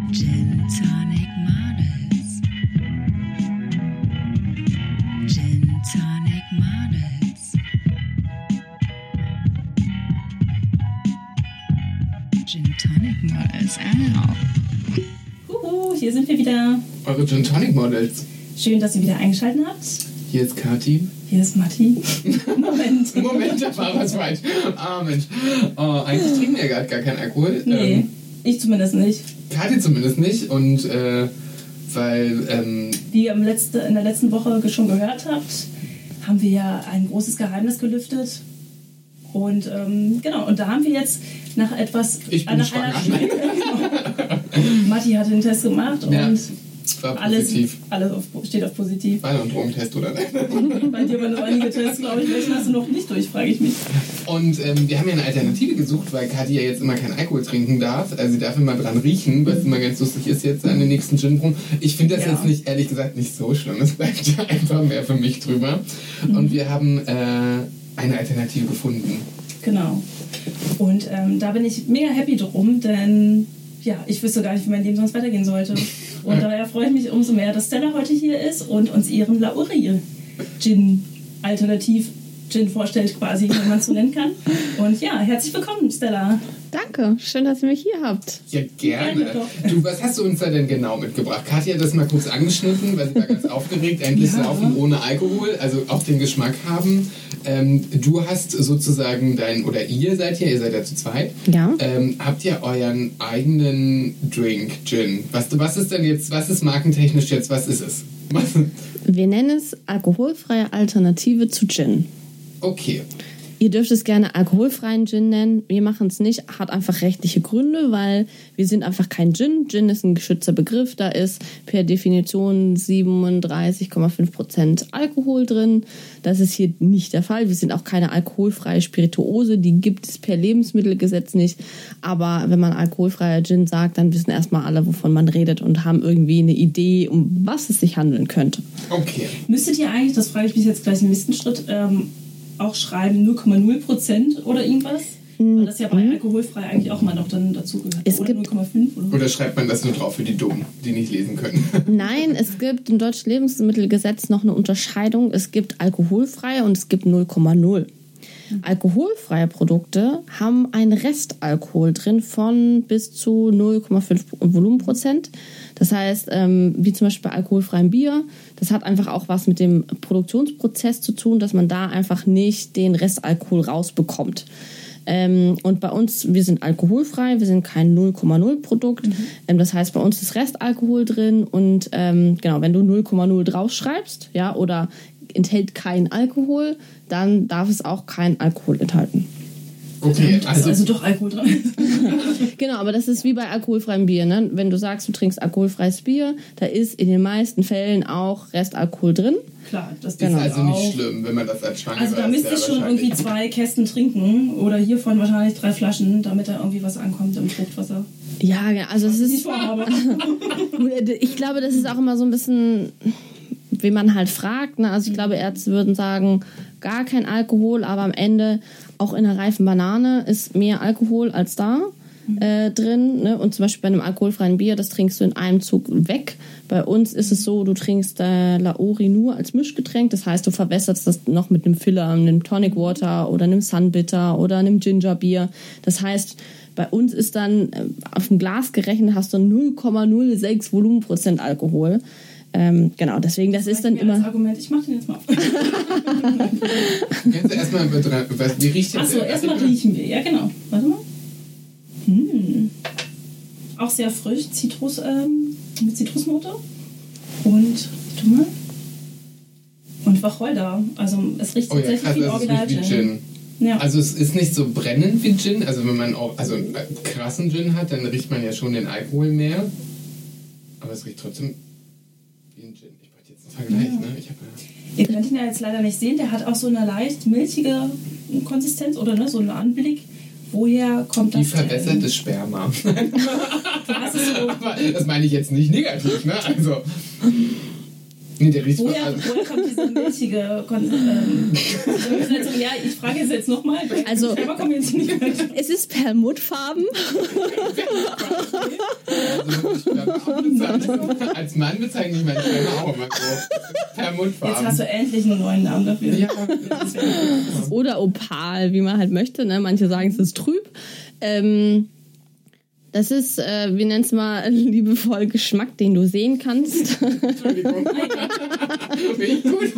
Gin Tonic Models. Gin Tonic Models. Gin Tonic Models. Hier sind wir wieder. Eure Gin Tonic Models. Schön, dass ihr wieder eingeschaltet habt. Hier ist Kati. Hier ist Matti. Moment, da war was falsch. Ah, Mensch. Oh, eigentlich trinken wir ja gar keinen Alkohol. Nee, ich zumindest nicht. Kati zumindest nicht. Und wie ihr in der letzten Woche schon gehört habt, haben wir ja ein großes Geheimnis gelüftet. Und genau, und da haben wir jetzt nach etwas... Ich bin schwanger. Matti hat den Test gemacht und war positiv. Alles steht auf positiv. War noch ein Drogentest oder nicht? Bei dir waren noch einige Tests, glaube ich. Welchen hast du noch nicht durch, frage ich mich. Und wir haben ja eine Alternative gesucht, weil Kati ja jetzt immer keinen Alkohol trinken darf. Also sie darf immer dran riechen, was immer ganz lustig ist jetzt an den nächsten Gin-Proben. Ich finde das jetzt nicht, ehrlich gesagt, nicht so schlimm. Es bleibt ja einfach mehr für mich drüber. Und wir haben eine Alternative gefunden. Genau. Und da bin ich mega happy drum, denn ja, ich wüsste gar nicht, wie mein Leben sonst weitergehen sollte. Und daher freue ich mich umso mehr, dass Stella heute hier ist und uns ihren Lauri-Gin Alternativ-Gin vorstellt, quasi, wenn man es so nennen kann. Und ja, herzlich willkommen, Stella. Danke, schön, dass ihr mich hier habt. Ja, gerne. Du, was hast du uns da denn genau mitgebracht? Katja hat das mal kurz angeschnitten, weil sie war ganz aufgeregt. Endlich saufen ohne Alkohol, also auch den Geschmack haben. Du hast sozusagen ihr seid ja zu zweit. Ja. Habt ihr euren eigenen Drink, Gin? Was ist denn jetzt, was ist markentechnisch jetzt, was ist es? Wir nennen es alkoholfreie Alternative zu Gin. Okay. Ihr dürft es gerne alkoholfreien Gin nennen. Wir machen es nicht, hat einfach rechtliche Gründe, weil wir sind einfach kein Gin. Gin ist ein geschützter Begriff, da ist per Definition 37,5% Alkohol drin. Das ist hier nicht der Fall. Wir sind auch keine alkoholfreie Spirituose, die gibt es per Lebensmittelgesetz nicht. Aber wenn man alkoholfreier Gin sagt, dann wissen erstmal alle, wovon man redet und haben irgendwie eine Idee, um was es sich handeln könnte. Okay. Müsstet ihr eigentlich, das frage ich mich jetzt gleich im nächsten Schritt, auch schreiben 0,0% oder irgendwas? Weil das ja bei alkoholfrei eigentlich auch mal noch dann dazu gehört. Oder 0,5 oder schreibt man das nur drauf für die Dummen, die nicht lesen können? Nein, es gibt im deutschen Lebensmittelgesetz noch eine Unterscheidung. Es gibt alkoholfreie und es gibt 0,0. Alkoholfreie Produkte haben einen Restalkohol drin von bis zu 0,5 Volumenprozent. Das heißt, wie zum Beispiel bei alkoholfreiem Bier, das hat einfach auch was mit dem Produktionsprozess zu tun, dass man da einfach nicht den Restalkohol rausbekommt. Und bei uns, wir sind alkoholfrei, wir sind kein 0,0 Produkt. Das heißt, bei uns ist Restalkohol drin und genau, wenn du 0,0 draufschreibst, ja, oder enthält keinen Alkohol, dann darf es auch keinen Alkohol enthalten. Okay, also doch Alkohol drin. Genau, aber das ist wie bei alkoholfreiem Bier. Ne? Wenn du sagst, du trinkst alkoholfreies Bier, da ist in den meisten Fällen auch Restalkohol drin. Klar, das ist also nicht schlimm, wenn man das als Schwanger. Also da müsste ich schon irgendwie 2 Kästen trinken oder hiervon wahrscheinlich 3 Flaschen, damit da irgendwie was ankommt im Fruchtwasser. Ja, also es ist... Ich glaube, das ist auch immer so ein bisschen... wie man halt fragt. Ne? Also ich glaube, Ärzte würden sagen, gar kein Alkohol, aber am Ende auch in einer reifen Banane ist mehr Alkohol als da drin. Ne? Und zum Beispiel bei einem alkoholfreien Bier, das trinkst du in einem Zug weg. Bei uns ist es so, du trinkst Lauri nur als Mischgetränk. Das heißt, du verwässerst das noch mit einem Filler, einem Tonic Water oder einem Sunbitter oder einem Gingerbier. Das heißt, bei uns ist dann auf dem Glas gerechnet, hast du 0,06 Volumenprozent Alkohol. Genau, deswegen, das ist dann immer... Das Argument, ich mach den jetzt mal auf. Kannst du erstmal, wie riecht das? Achso, erstmal riechen wir, ja genau. Warte mal. Auch sehr frisch, mit Zitrusnote. Und, tu mal. Und Wacholder. Also es riecht tatsächlich wie Original-Gin. Ja. Also es ist nicht so brennend wie Gin. Also wenn man auch einen krassen Gin hat, dann riecht man ja schon den Alkohol mehr. Aber es riecht trotzdem... Gin. Ich wollte jetzt einen Vergleich, ne? Ihr könnt ihn ja jetzt leider nicht sehen, der hat auch so eine leicht milchige Konsistenz oder ne, so einen Anblick. Woher kommt das? Wie verwässertes Sperma. Das meine ich jetzt nicht negativ, ne? Also. Nee, der riecht Woher kommt diese milchige Zusammensetzung? Ja, ich frage es jetzt nochmal. Also, selber komme jetzt nicht weiter. es ist perlmuttfarben. Als Mann bezeichne ich meine Träume auch immer so. Perlmuttfarben. Jetzt hast du endlich einen neuen Namen dafür. Ja. Oder Opal, wie man halt möchte. Ne? Manche sagen, es ist trüb. Das ist, wir nennen es mal liebevoll Geschmack, den du sehen kannst. Entschuldigung. Finde ich gut.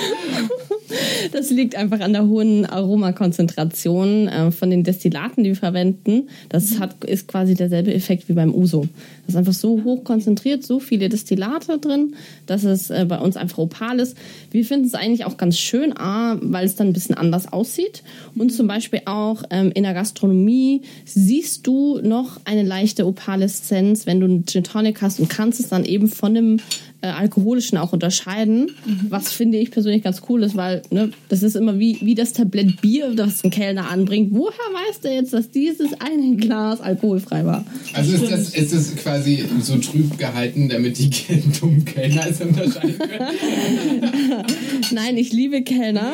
Das liegt einfach an der hohen Aromakonzentration von den Destillaten, die wir verwenden. Das ist quasi derselbe Effekt wie beim Uso. Das ist einfach so hoch konzentriert, so viele Destillate drin, dass es bei uns einfach opal ist. Wir finden es eigentlich auch ganz schön, weil es dann ein bisschen anders aussieht. Und zum Beispiel auch in der Gastronomie siehst du noch eine leichte Opaleszenz, wenn du einen Gin Tonic hast und kannst es dann eben von dem alkoholischen auch unterscheiden, was finde ich persönlich ganz cool ist, weil das ist immer wie das Tablett Bier, das ein Kellner anbringt. Woher weiß der jetzt, dass dieses eine Glas alkoholfrei war? Also ist das quasi so trüb gehalten, damit die dummen Kellner es unterscheiden können? Nein, ich liebe Kellner.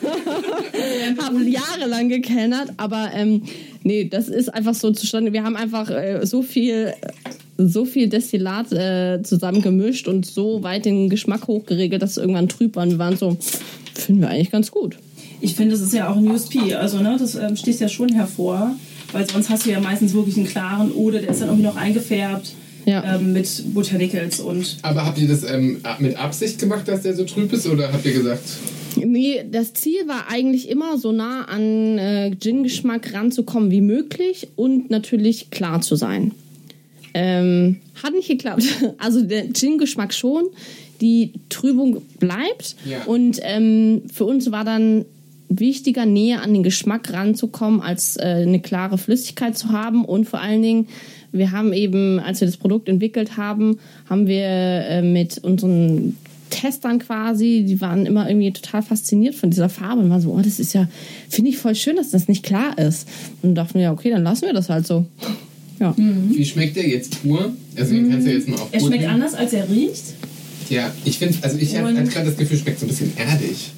Habe jahrelang gekellnert, aber nee, das ist einfach so zustande. Wir haben einfach so viel Destillat zusammen gemischt und so weit den Geschmack hochgeregelt, dass es irgendwann trüb war. Und wir waren so, finden wir eigentlich ganz gut. Ich finde, das ist ja auch ein USP. Also, das sticht ja schon hervor. Weil sonst hast du ja meistens wirklich einen klaren oder der ist dann irgendwie noch eingefärbt mit Botanicals. Aber habt ihr das mit Absicht gemacht, dass der so trüb ist? Oder habt ihr gesagt... Nee, das Ziel war eigentlich immer so nah an Gin-Geschmack ranzukommen wie möglich und natürlich klar zu sein. Hat nicht geklappt. Also der Gin-Geschmack schon, die Trübung bleibt. Ja. Und für uns war dann wichtiger, näher an den Geschmack ranzukommen, als eine klare Flüssigkeit zu haben. Und vor allen Dingen, wir haben eben, als wir das Produkt entwickelt haben, haben wir mit unseren Testern quasi, die waren immer irgendwie total fasziniert von dieser Farbe und waren so, das ist ja, finde ich voll schön, dass das nicht klar ist. Und dachten wir, ja, okay, dann lassen wir das halt so. Ja. Wie schmeckt der jetzt pur? Also den kannst du jetzt mal auf Er pur schmeckt trinken. anders, als er riecht. Ja, ich finde, also ich habe gerade das Gefühl, schmeckt so ein bisschen erdig.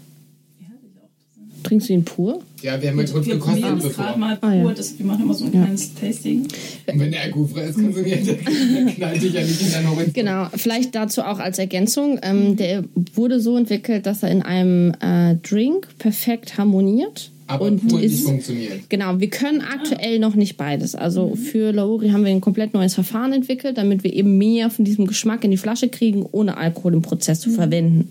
Trinkst du ihn pur? Ja, wir haben mal kurz Wir gekostet, probieren es bevor. gerade mal pur. ja. Wir machen immer so ein kleines Tasting. Und wenn der alkoholfrei ist, kannst du nicht, dann knallt dich ja nicht in deinen Horizont. Genau, vielleicht dazu auch als Ergänzung. Der wurde so entwickelt, dass er in einem Drink perfekt harmoniert. Aber und pur nicht funktioniert. Genau, wir können aktuell noch nicht beides. Also für Lauri haben wir ein komplett neues Verfahren entwickelt, damit wir eben mehr von diesem Geschmack in die Flasche kriegen, ohne Alkohol im Prozess zu verwenden.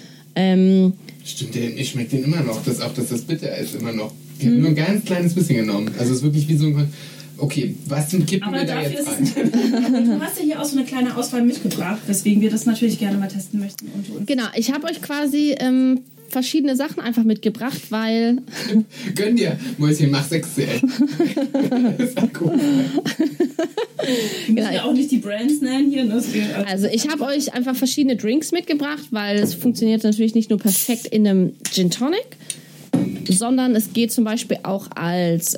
Stimmt, ich schmeckt den immer noch, dass das bitter ist, immer noch. Ich habe nur ein ganz kleines bisschen genommen. Also es ist wirklich wie so ein... Okay, was kippen Aber wir da dafür jetzt ist rein? es, du hast ja hier auch so eine kleine Auswahl mitgebracht, weswegen wir das natürlich gerne mal testen möchten. Und Genau, ich habe euch quasi verschiedene Sachen einfach mitgebracht, weil... Gönn dir, Mäuschen, mach 6 CL. Das ist cool. wir müssen ja auch nicht die Brands nennen hier. Also ich habe euch einfach verschiedene Drinks mitgebracht, weil es funktioniert natürlich nicht nur perfekt in einem Gin Tonic, sondern es geht zum Beispiel auch als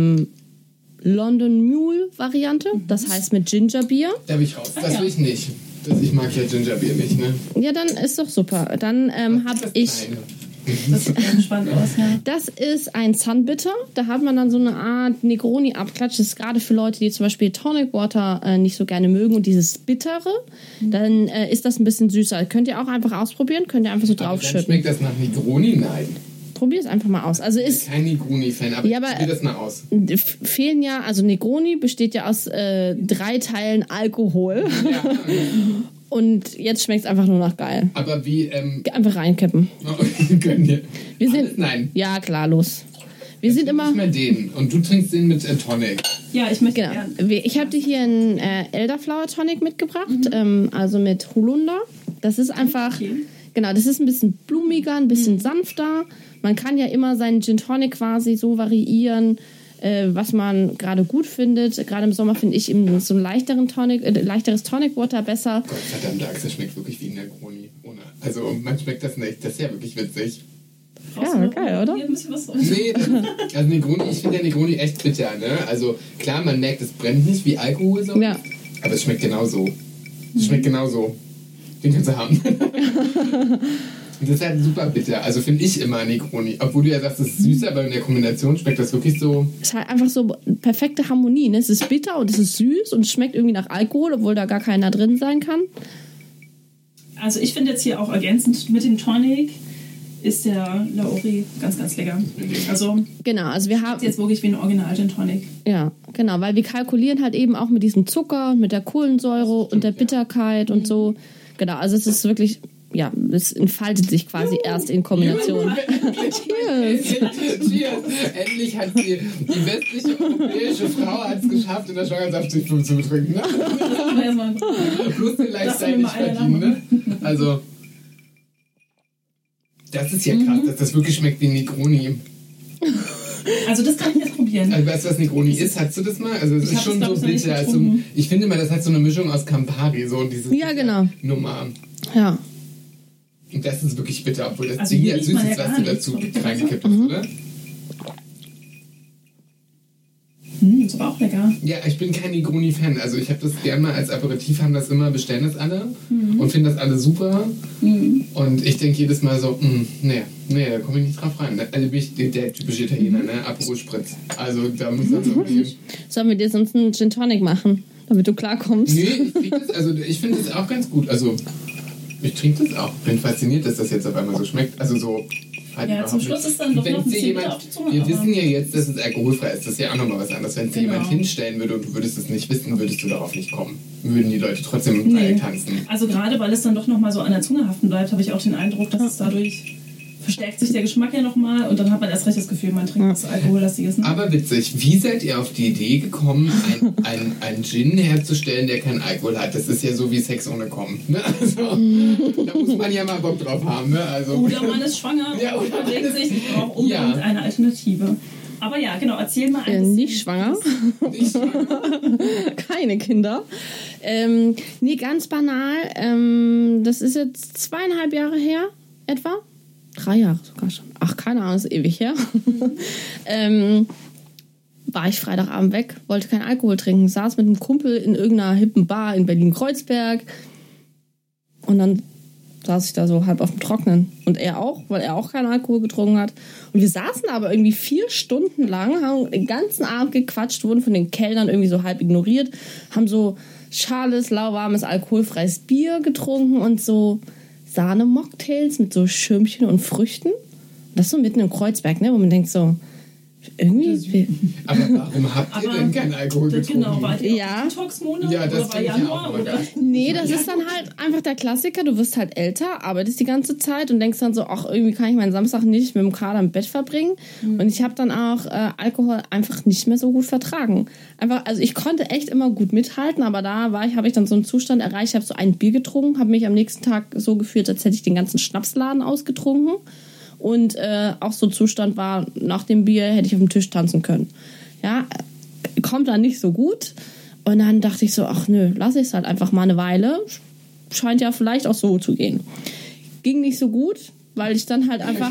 London Mule Variante, das heißt mit Gingerbier. Da bin ich raus. Das will ich nicht. Ich mag ja Gingerbier nicht, ne? Ja, dann ist doch super. Dann habe ich... Das sieht ganz spannend aus, ja. Das ist ein Sunbitter. Da hat man dann so eine Art Negroni-Abklatsch. Das ist gerade für Leute, die zum Beispiel Tonic Water nicht so gerne mögen und dieses Bittere. Dann ist das ein bisschen süßer. Könnt ihr auch einfach ausprobieren. Könnt ihr einfach so Dann draufschütten. schmeckt das nach Negroni? Nein. Probier es einfach mal aus. Also Ich bin ist... kein Negroni-Fan, aber Ja, ich aber- probier das mal aus. Fehlen ja, also Negroni besteht ja aus 3 Teilen Alkohol. Ja, Und jetzt schmeckt es einfach nur nach geil. aber wie... Einfach reinkippen. Gönn dir. Wir sind... Alles nein. Ja, klar, los. Wir sind immer... Nicht mehr den. Und du trinkst den mit Tonic. Ja, ich möchte Genau. gerne. Ich habe dir hier einen Elderflower Tonic mitgebracht, also mit Holunder. Das ist einfach... Okay. Genau, das ist ein bisschen blumiger, ein bisschen sanfter. Man kann ja immer seinen Gin Tonic quasi so variieren, was man gerade gut findet. Gerade im Sommer finde ich eben so ein leichteres Tonic Water besser. Gott verdammt, Axel schmeckt wirklich wie Negroni. Also man schmeckt das nicht. Das ist ja wirklich witzig. Ja, geil, oder? Hier ein bisschen was Nee, also Negroni, ich finde der Negroni echt bitter, ne? Also klar, man merkt, es brennt nicht wie Alkohol so. Ja. Aber es schmeckt genauso. Es schmeckt genauso. Den kannst du haben. Und das ist halt super bitter. Also finde ich immer Negroni. Obwohl du ja sagst, es ist süß, aber in der Kombination schmeckt das wirklich so... Es ist halt einfach so perfekte Harmonie. Ne? Es ist bitter und es ist süß und es schmeckt irgendwie nach Alkohol, obwohl da gar keiner drin sein kann. Also ich finde jetzt hier auch ergänzend mit dem Tonic ist der Lauri ganz, ganz lecker. Also genau, also wir haben jetzt wirklich wie ein Original Gin Tonic. Ja, genau, weil wir kalkulieren halt eben auch mit diesem Zucker, mit der Kohlensäure und der Bitterkeit und so. Genau, also es ist wirklich, ja, es entfaltet sich quasi erst in Kombination. Cheers! Endlich hat die westliche europäische Frau hat es geschafft, in der Schwangerschaft sich zu betrinken. Ne? Plus den Lifestyle nicht verdienen. Ne? Also, das ist ja krass, dass das wirklich schmeckt wie Negroni. Also das kann ich jetzt probieren. Also weißt du, was Negroni ist? Hattest du das mal? Also es ist schon so bitter. Also, ich finde mal, das hat so eine Mischung aus Campari, so diese ja, genau. Nummer. Ja. Und das ist wirklich bitter, obwohl das also Ding ja süß ist, was du dazu reingekippt hast, oder? Ist aber auch lecker. Ja, ich bin kein Negroni-Fan. Also ich habe das gerne mal als Aperitif, haben das immer, bestellen das alle und finden das alle super. Und ich denke jedes Mal so, nee, da komme ich nicht drauf rein. Also bin ich der typische Italiener, ne? Aperol Spritz. Also da muss man irgendwie... Sollen wir dir sonst einen Gin Tonic machen, damit du klarkommst? Nee, ich finde das auch ganz gut. Also ich trinke das auch. Bin fasziniert, dass das jetzt auf einmal so schmeckt. Also so... Halt ja, zum Schluss ist dann doch noch ein bisschen auf die Zunge. Wir wissen ja jetzt, dass es alkoholfrei ist. Das ist ja auch nochmal was anderes. Wenn es dir jemand hinstellen würde und du würdest es nicht wissen, würdest du darauf nicht kommen. Würden die Leute trotzdem im Dreieck tanzen. Also gerade, weil es dann doch nochmal so an der Zunge haften bleibt, habe ich auch den Eindruck, dass es dadurch... verstärkt sich der Geschmack ja nochmal und dann hat man erst recht das Gefühl, man trinkt was Alkohollastiges. Ne? Aber witzig, wie seid ihr auf die Idee gekommen, ein Gin herzustellen, der keinen Alkohol hat? Das ist ja so wie Sex ohne Kommen. Ne? Also, da muss man ja mal Bock drauf haben. Ne? Also, oder man ist schwanger und überlegt sich, ich brauche unbedingt eine Alternative. Aber ja, genau, erzähl mal ein Nicht schwanger. Keine Kinder. Nee, ganz banal. Das ist jetzt 2,5 Jahre her, etwa. 3 Jahre sogar schon. Ach, keine Ahnung, ist ewig her. War ich Freitagabend weg, wollte keinen Alkohol trinken, saß mit einem Kumpel in irgendeiner hippen Bar in Berlin-Kreuzberg und dann saß ich da so halb auf dem Trocknen. Und er auch, weil er auch keinen Alkohol getrunken hat. Und wir saßen aber irgendwie 4 Stunden lang, haben den ganzen Abend gequatscht, wurden von den Kellnern irgendwie so halb ignoriert, haben so schales, lauwarmes, alkoholfreies Bier getrunken und so Sahne-Mocktails mit so Schirmchen und Früchten. Das so mitten im Kreuzberg, ne, wo man denkt so, irgendwie... Aber warum habt ihr denn keinen Alkohol getrunken? Genau, war die ja. Detox-Monat ja, das oder war Januar? Oder? Nee, das ist dann halt einfach der Klassiker. Du wirst halt älter, arbeitest die ganze Zeit und denkst dann so, ach, irgendwie kann ich meinen Samstag nicht mit dem Kader im Bett verbringen. Und ich habe dann auch Alkohol einfach nicht mehr so gut vertragen. Einfach, also ich konnte echt immer gut mithalten, aber da habe ich dann so einen Zustand erreicht, ich habe so ein Bier getrunken, habe mich am nächsten Tag so gefühlt, als hätte ich den ganzen Schnapsladen ausgetrunken. Und auch so Zustand war, nach dem Bier hätte ich auf dem Tisch tanzen können. Ja, kommt dann nicht so gut. Und dann dachte ich so, ach nö, lass ich es halt einfach mal eine Weile. Scheint ja vielleicht auch so zu gehen. Ging nicht so gut, weil ich dann halt einfach...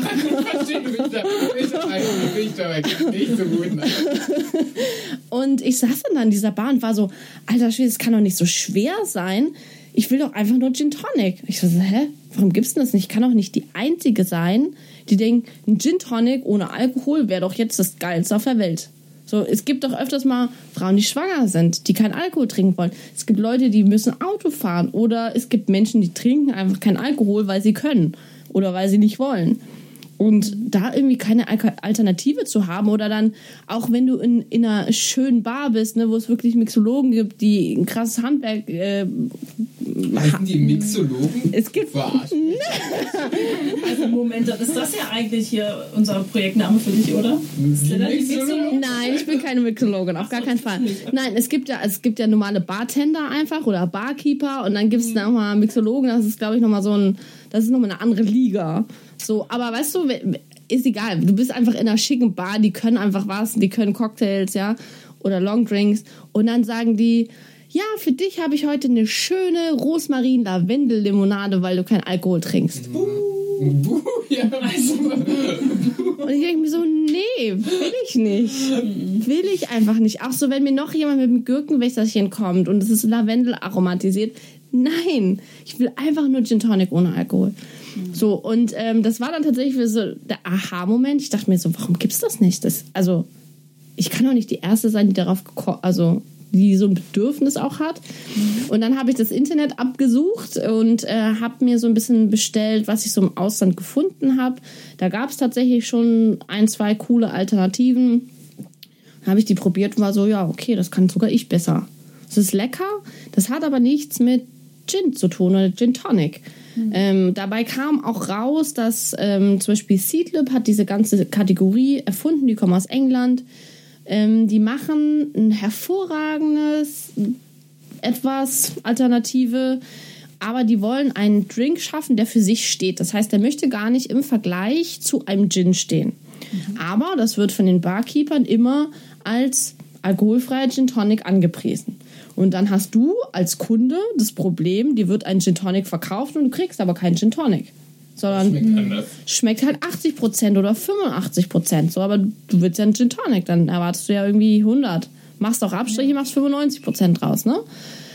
Und ich saß dann in dieser Bar und war so, alter Schwede, das kann doch nicht so schwer sein. Ich will doch einfach nur Gin Tonic. Ich so, hä? Warum gibt's denn das nicht? Ich kann doch nicht die Einzige sein, die denkt, ein Gin Tonic ohne Alkohol wäre doch jetzt das Geilste auf der Welt. So, es gibt doch öfters mal Frauen, die schwanger sind, die keinen Alkohol trinken wollen. Es gibt Leute, die müssen Auto fahren. Oder es gibt Menschen, die trinken einfach keinen Alkohol, weil sie können. Oder weil sie nicht wollen. Und da irgendwie keine Alternative zu haben oder dann, auch wenn du in einer schönen Bar bist, ne, wo es wirklich Mixologen gibt, die ein krasses Handwerk heißen die Mixologen? Es gibt... Also Moment, dann ist das ja eigentlich hier unser Projektname für dich, oder? Mixologen? Nein, ich bin keine Mixologin, auf gar keinen Fall. Nein, es gibt ja normale Bartender einfach oder Barkeeper und dann gibt es nochmal Mixologen, das ist glaube ich nochmal das ist nochmal eine andere Liga. So, aber weißt du, ist egal. Du bist einfach in einer schicken Bar, die können einfach was, die können Cocktails, ja, oder Longdrinks. Und dann sagen die, ja, für dich habe ich heute eine schöne Rosmarin-Lavendel-Limonade, weil du keinen Alkohol trinkst. Ja, und ich denke mir so, nee, will ich nicht. Will ich einfach nicht. Auch so, wenn mir noch jemand mit einem Gürkenwässerchen kommt und es ist Lavendel aromatisiert, nein, ich will einfach nur Gin Tonic ohne Alkohol. So, und das war dann tatsächlich so der Aha-Moment. Ich dachte mir so, warum gibt's das nicht? Also, ich kann doch nicht die Erste sein, die darauf die so ein Bedürfnis auch hat. Und dann habe ich das Internet abgesucht und habe mir so ein bisschen bestellt, was ich so im Ausland gefunden habe. Da gab es tatsächlich schon 1, 2 coole Alternativen. Dann habe ich die probiert und war so, ja, okay, das kann sogar ich besser. Es ist lecker, das hat aber nichts mit Gin zu tun oder Gin Tonic. Dabei kam auch raus, dass zum Beispiel Seedlip hat diese ganze Kategorie erfunden, die kommen aus England. Die machen ein hervorragendes etwas Alternative, aber die wollen einen Drink schaffen, der für sich steht. Das heißt, der möchte gar nicht im Vergleich zu einem Gin stehen. Aber das wird von den Barkeepern immer als alkoholfreier Gin Tonic angepriesen. Und dann hast du als Kunde das Problem, dir wird ein Gin Tonic verkauft und du kriegst aber keinen Gin Tonic. Sondern schmeckt halt 80% oder 85%. So, aber du willst ja einen Gin Tonic, dann erwartest du ja irgendwie 100. Machst auch Abstriche, machst 95% draus, ne?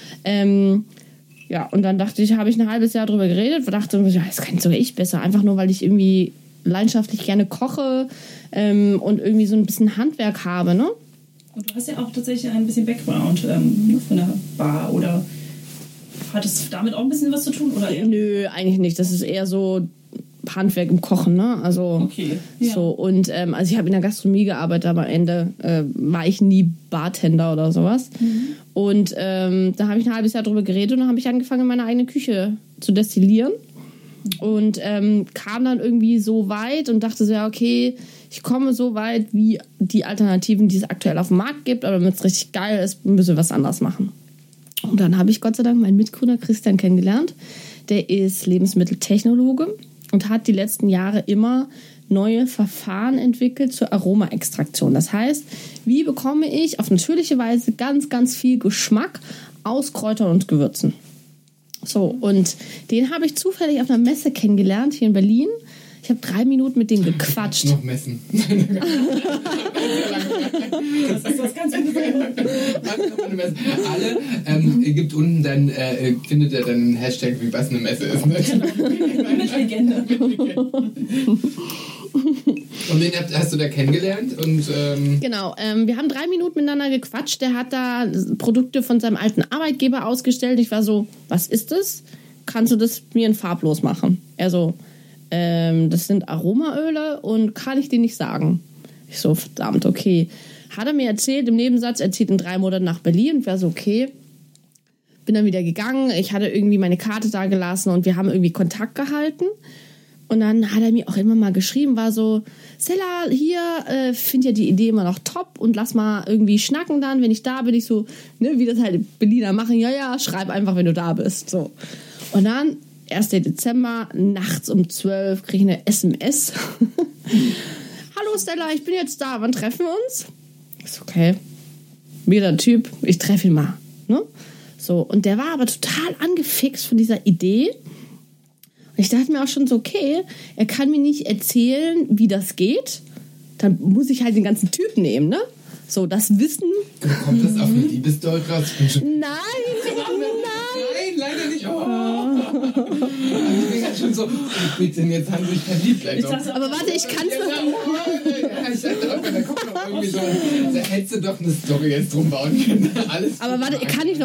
Ja, und dann dachte ich, habe ich ein halbes Jahr drüber geredet, dachte, ja, das kann sogar ich besser. Einfach nur, weil ich irgendwie leidenschaftlich gerne koche und irgendwie so ein bisschen Handwerk habe, ne? Und du hast ja auch tatsächlich ein bisschen Background von der Bar, oder hat es damit auch ein bisschen was zu tun? Oder? Nö, eigentlich nicht. Das ist eher so Handwerk im Kochen, ne? Also, okay. Ja. So, und also ich habe in der Gastronomie gearbeitet, aber am Ende war ich nie Bartender oder sowas. Und da habe ich ein halbes Jahr drüber geredet und dann habe ich angefangen, meine eigene Küche zu destillieren. Und kam dann irgendwie so weit und dachte so, ja, okay, ich komme so weit wie die Alternativen, die es aktuell auf dem Markt gibt, aber damit es richtig geil ist, müssen wir was anderes machen. Und dann habe ich Gott sei Dank meinen Mitgründer Christian kennengelernt. Der ist Lebensmitteltechnologe und hat die letzten Jahre immer neue Verfahren entwickelt zur Aromaextraktion. Das heißt, wie bekomme ich auf natürliche Weise ganz, ganz viel Geschmack aus Kräutern und Gewürzen? So, und den habe ich zufällig auf einer Messe kennengelernt, hier in Berlin. Ich habe 3 Minuten mit dem gequatscht. Noch messen. Das ist das ganz Ungefähr. Alle, gibt unten dann, findet er dann einen Hashtag, wie was eine Messe ist. Ne? Mit Legende. Und den hast du da kennengelernt? Und, genau, wir haben 3 Minuten miteinander gequatscht. Der hat da Produkte von seinem alten Arbeitgeber ausgestellt. Ich war so, was ist das? Kannst du das mir in farblos machen? Er so, das sind Aromaöle und kann ich dir nicht sagen. Ich so, verdammt, okay. Hat er mir erzählt, im Nebensatz, er zieht in 3 Monaten nach Berlin. Und war so, okay. Bin dann wieder gegangen. Ich hatte irgendwie meine Karte da gelassen und wir haben irgendwie Kontakt gehalten. Und dann hat er mir auch immer mal geschrieben, war so, Stella, hier, finde ja die Idee immer noch top und lass mal irgendwie schnacken dann, wenn ich da bin. Ich so, ne, wie das halt die Berliner machen, ja, schreib einfach, wenn du da bist. So. Und dann, 1. Dezember, nachts um 12 kriege ich eine SMS. Hallo Stella, ich bin jetzt da, wann treffen wir uns? Ist okay. Wieder ein Typ, ich treffe ihn mal. Ne? So, und der war aber total angefixt von dieser Idee. Und ich dachte mir auch schon so, okay, er kann mir nicht erzählen, wie das geht. Dann muss ich halt den ganzen Typ nehmen, ne? So, das Wissen. Kommt das auf eine Liebesstory raus? Nein, Nein, leider nicht. Ich bin halt schon so, bitte, jetzt haben sie sich verliebt. aber warte, ich kann es noch. Ich dachte auch, da kommt noch irgendwie so, da hättest du doch eine Story jetzt drum bauen können. Alles aber warte,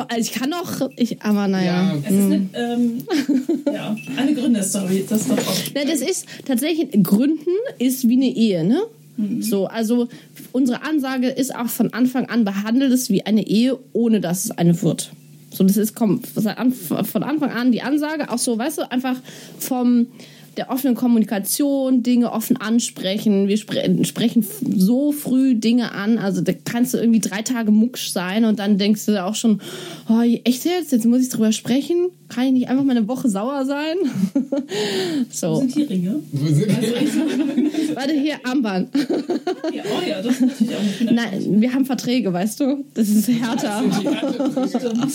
aber naja. Ja. Es ist eine Gründerstory, das ist doch auch. Na, das ist tatsächlich, Gründen ist wie eine Ehe, ne? So, also unsere Ansage ist auch von Anfang an, behandelt es wie eine Ehe, ohne dass es eine wird. So, das ist von Anfang an die Ansage, auch so, weißt du, einfach vom der offenen Kommunikation, Dinge offen ansprechen. Wir sprechen so früh Dinge an, also da kannst du irgendwie 3 Tage mucksch sein und dann denkst du auch schon, oh, echt jetzt muss ich drüber sprechen? Kann ich nicht einfach mal eine Woche sauer sein? So. Wo sind die Ringe? Warte, hier, Armband. Ja, das ist natürlich auch nicht. Nein, wir haben Verträge, weißt du? Das ist härter. Das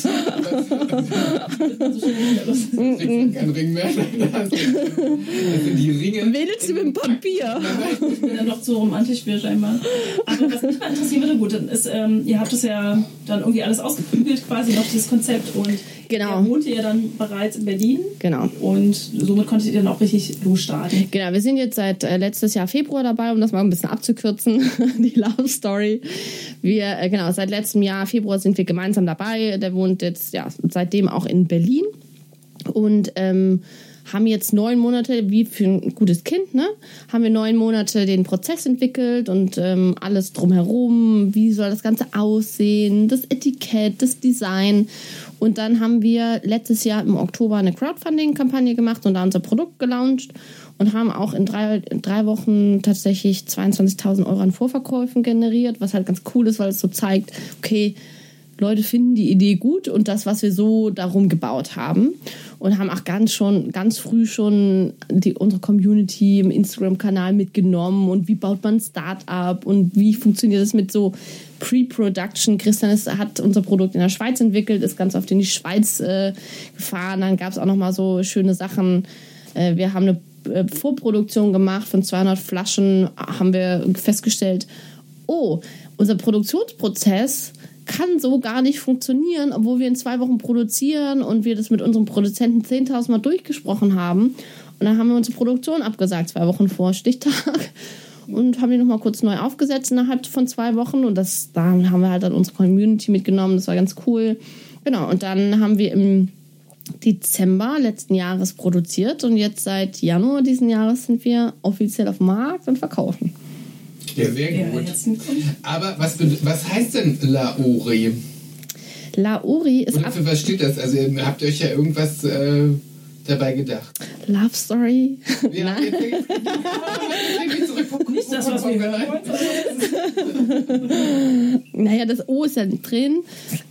ist kein Ring mehr. Das sind die Ringe. Wedelst du mit dem Papier? Ich bin dann doch zu romantisch für scheinbar. Aber was mich mal interessieren würde, gut, dann ist, ihr habt das ja dann irgendwie alles ausgeklügelt, quasi noch dieses Konzept und Genau. Er wohnte ja dann bereits in Berlin. Genau. Und somit konntet ihr dann auch richtig losstarten. Genau, wir sind jetzt seit letztes Jahr Februar dabei, um das mal ein bisschen abzukürzen, die Love Story. Wir, seit letztem Jahr Februar sind wir gemeinsam dabei. Der wohnt jetzt seitdem auch in Berlin und haben jetzt 9 Monate, wie für ein gutes Kind, ne? Haben wir 9 Monate den Prozess entwickelt und alles drumherum, wie soll das Ganze aussehen, das Etikett, das Design. Und dann haben wir letztes Jahr im Oktober eine Crowdfunding-Kampagne gemacht und da unser Produkt gelauncht und haben auch in drei Wochen tatsächlich 22.000 Euro an Vorverkäufen generiert, was halt ganz cool ist, weil es so zeigt, okay, Leute finden die Idee gut und das, was wir so darum gebaut haben. Und haben auch ganz früh schon unsere Community im Instagram-Kanal mitgenommen und wie baut man ein Start-up und wie funktioniert das mit so Pre-Production. Christian hat unser Produkt in der Schweiz entwickelt, ist ganz oft in die Schweiz gefahren. Dann gab es auch nochmal so schöne Sachen. Wir haben eine Vorproduktion gemacht von 200 Flaschen, haben wir festgestellt, unser Produktionsprozess kann so gar nicht funktionieren, obwohl wir in 2 Wochen produzieren und wir das mit unserem Produzenten 10.000 Mal durchgesprochen haben. Und dann haben wir unsere Produktion abgesagt, 2 Wochen vor Stichtag. Und haben die nochmal kurz neu aufgesetzt innerhalb von 2 Wochen. Und da haben wir halt dann unsere Community mitgenommen. Das war ganz cool. Genau, und dann haben wir im Dezember letzten Jahres produziert. Und jetzt seit Januar diesen Jahres sind wir offiziell auf dem Markt und verkaufen. Ja, sehr gut. Aber was heißt denn Laori? Laori ist... Oder für was steht das? Also habt ihr euch ja irgendwas dabei gedacht? Love Story? Ja, jetzt nicht das, was wir hören wollen. Naja, das O ist ja drin.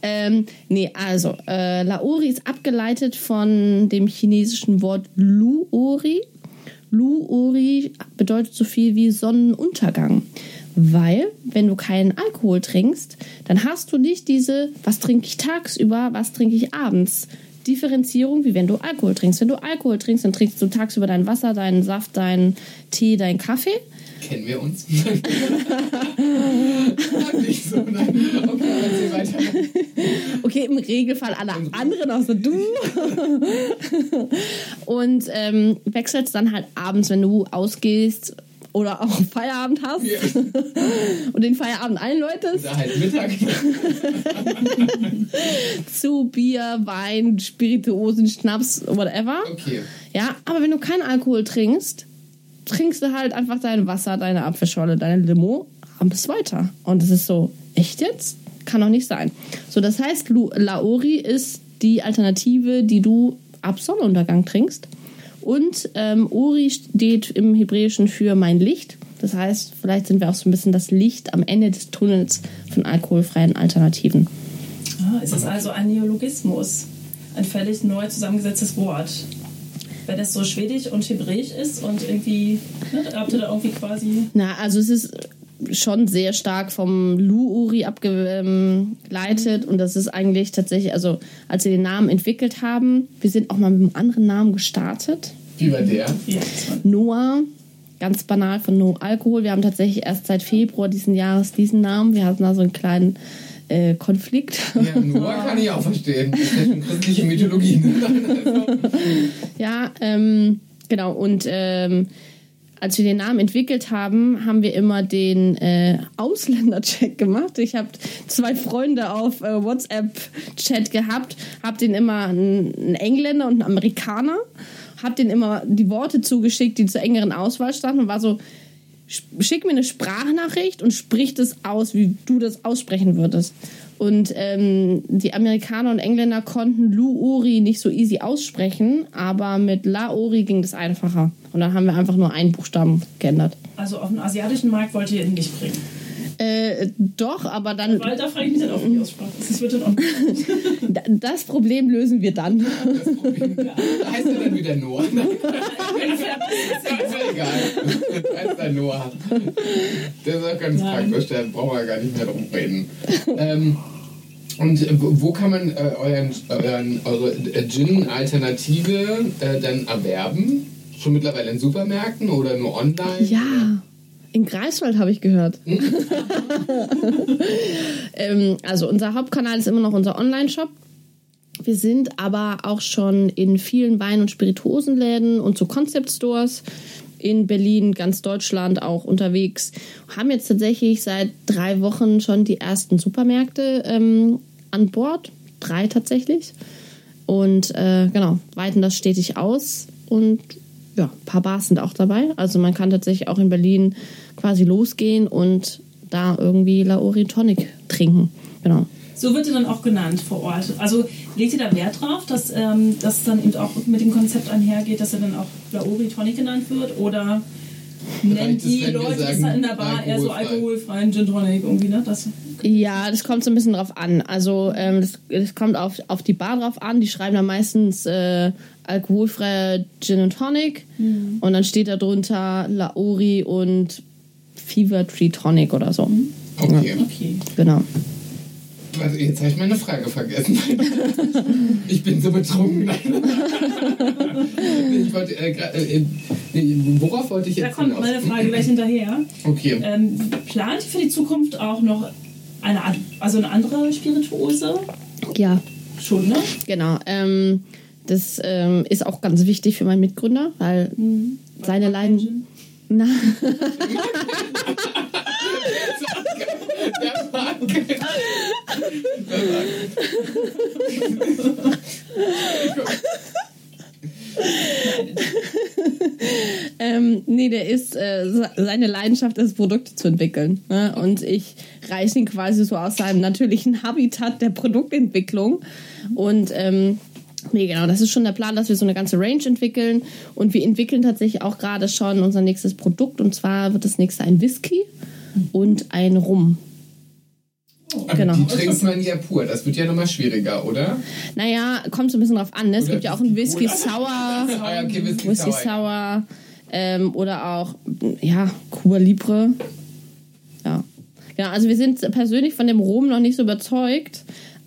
Laori ist abgeleitet von dem chinesischen Wort Luori. Luori bedeutet so viel wie Sonnenuntergang. Weil, wenn du keinen Alkohol trinkst, dann hast du nicht diese, was trinke ich tagsüber, was trinke ich abends, Differenzierung, wie wenn du Alkohol trinkst. Wenn du Alkohol trinkst, dann trinkst du tagsüber dein Wasser, deinen Saft, deinen Tee, deinen Kaffee. Kennen wir uns? Nicht so, nein. Okay, erzähl weiter. Okay, im Regelfall alle anderen außer du. Und wechselst dann halt abends, wenn du ausgehst oder auch Feierabend hast und den Feierabend einläutest. Oder halt Mittag. Zu Bier, Wein, Spirituosen, Schnaps, whatever. Okay. Ja, aber wenn du keinen Alkohol trinkst du halt einfach dein Wasser, deine Apfelschorle, deine Limo, abends weiter. Und das ist so, echt jetzt? Kann doch nicht sein. So, das heißt, Laori ist die Alternative, die du ab Sonnenuntergang trinkst. Und Ori steht im Hebräischen für mein Licht. Das heißt, vielleicht sind wir auch so ein bisschen das Licht am Ende des Tunnels von alkoholfreien Alternativen. Es ist also ein Neologismus. Ein völlig neu zusammengesetztes Wort. Wenn es so Schwedisch und Hebräisch ist und irgendwie, habt ihr da irgendwie quasi... Also es ist schon sehr stark vom Luori abgeleitet und das ist eigentlich tatsächlich, also als wir den Namen entwickelt haben, wir sind auch mal mit einem anderen Namen gestartet. Wie war der? Ja. Noah, ganz banal von No Alkohol. Wir haben tatsächlich erst seit Februar diesen Jahres diesen Namen. Wir hatten da so einen kleinen Konflikt. Ja, Noah kann ich auch verstehen. Das ist ja schon christliche Mythologie. Ja, genau. Und als wir den Namen entwickelt haben, haben wir immer den Ausländercheck gemacht. Ich habe 2 Freunde auf WhatsApp-Chat gehabt, habe den immer einen Engländer und einen Amerikaner, habe denen immer die Worte zugeschickt, die zur engeren Auswahl standen und war so, schick mir eine Sprachnachricht und sprich das aus, wie du das aussprechen würdest. Und die Amerikaner und Engländer konnten Luori nicht so easy aussprechen, aber mit Laori ging das einfacher. Und dann haben wir einfach nur einen Buchstaben geändert. Also auf den asiatischen Markt wollt ihr ihn nicht bringen? Doch, aber dann... Weil da frage ich mich dann auch, wie die Aussprache ist. Das wird dann auch das Problem lösen wir dann. Das Problem, da heißt er dann wieder Noah. Das ist ja egal. Das heißt dann Noah. Das ist auch ganz praktisch, da brauchen wir gar nicht mehr drum reden. Und wo kann man eure Gin-Alternative dann erwerben? Schon mittlerweile in Supermärkten oder nur online? Ja, in Greifswald habe ich gehört. Also unser Hauptkanal ist immer noch unser Online-Shop. Wir sind aber auch schon in vielen Wein- und Spirituosenläden und so Concept Stores in Berlin, ganz Deutschland auch unterwegs. Haben jetzt tatsächlich seit 3 Wochen schon die ersten Supermärkte an Bord. 3 tatsächlich. Und genau, weiten das stetig aus. Und ja, ein paar Bars sind auch dabei. Also man kann tatsächlich auch in Berlin quasi losgehen und da irgendwie Lauri Tonic trinken. Genau. So wird er dann auch genannt vor Ort. Also legt ihr da Wert drauf, dass das dann eben auch mit dem Konzept einhergeht, dass er dann auch Lauri Tonic genannt wird? Oder nennt die Leute das in der Bar eher so alkoholfreien Gin Tonic irgendwie, ne? Ja, das kommt so ein bisschen drauf an. Also das kommt auf die Bar drauf an. Die schreiben da meistens alkoholfreier Gin und Tonic. Und dann steht da drunter Lauri und Fever Tree Tonic oder so. Okay. Genau. Also jetzt habe ich meine Frage vergessen. Ich bin so betrunken. Ich wollte worauf wollte ich jetzt? Da kommt meine Frage gleich hinterher. Okay. Plant ihr für die Zukunft auch noch eine andere Spirituose? Ja. Schon, ne? Genau. Das ist auch ganz wichtig für meinen Mitgründer, weil seine Leidenschaft. Nee, der ist seine Leidenschaft ist, Produkte zu entwickeln. Ne? Und ich reiße ihn quasi so aus seinem natürlichen Habitat der Produktentwicklung. Und nee, genau, das ist schon der Plan, dass wir so eine ganze Range entwickeln. Und wir entwickeln tatsächlich auch gerade schon unser nächstes Produkt. Und zwar wird das nächste ein Whisky und ein Rum. Genau. Die trinkt man ja pur. Das wird ja nochmal schwieriger, oder? Naja, kommt so ein bisschen drauf an. Ne? Es gibt ja auch einen Whisky Sour. Whisky Sour. Oder auch, ja, Cuba Libre. Ja. Genau, also wir sind persönlich von dem Rum noch nicht so überzeugt.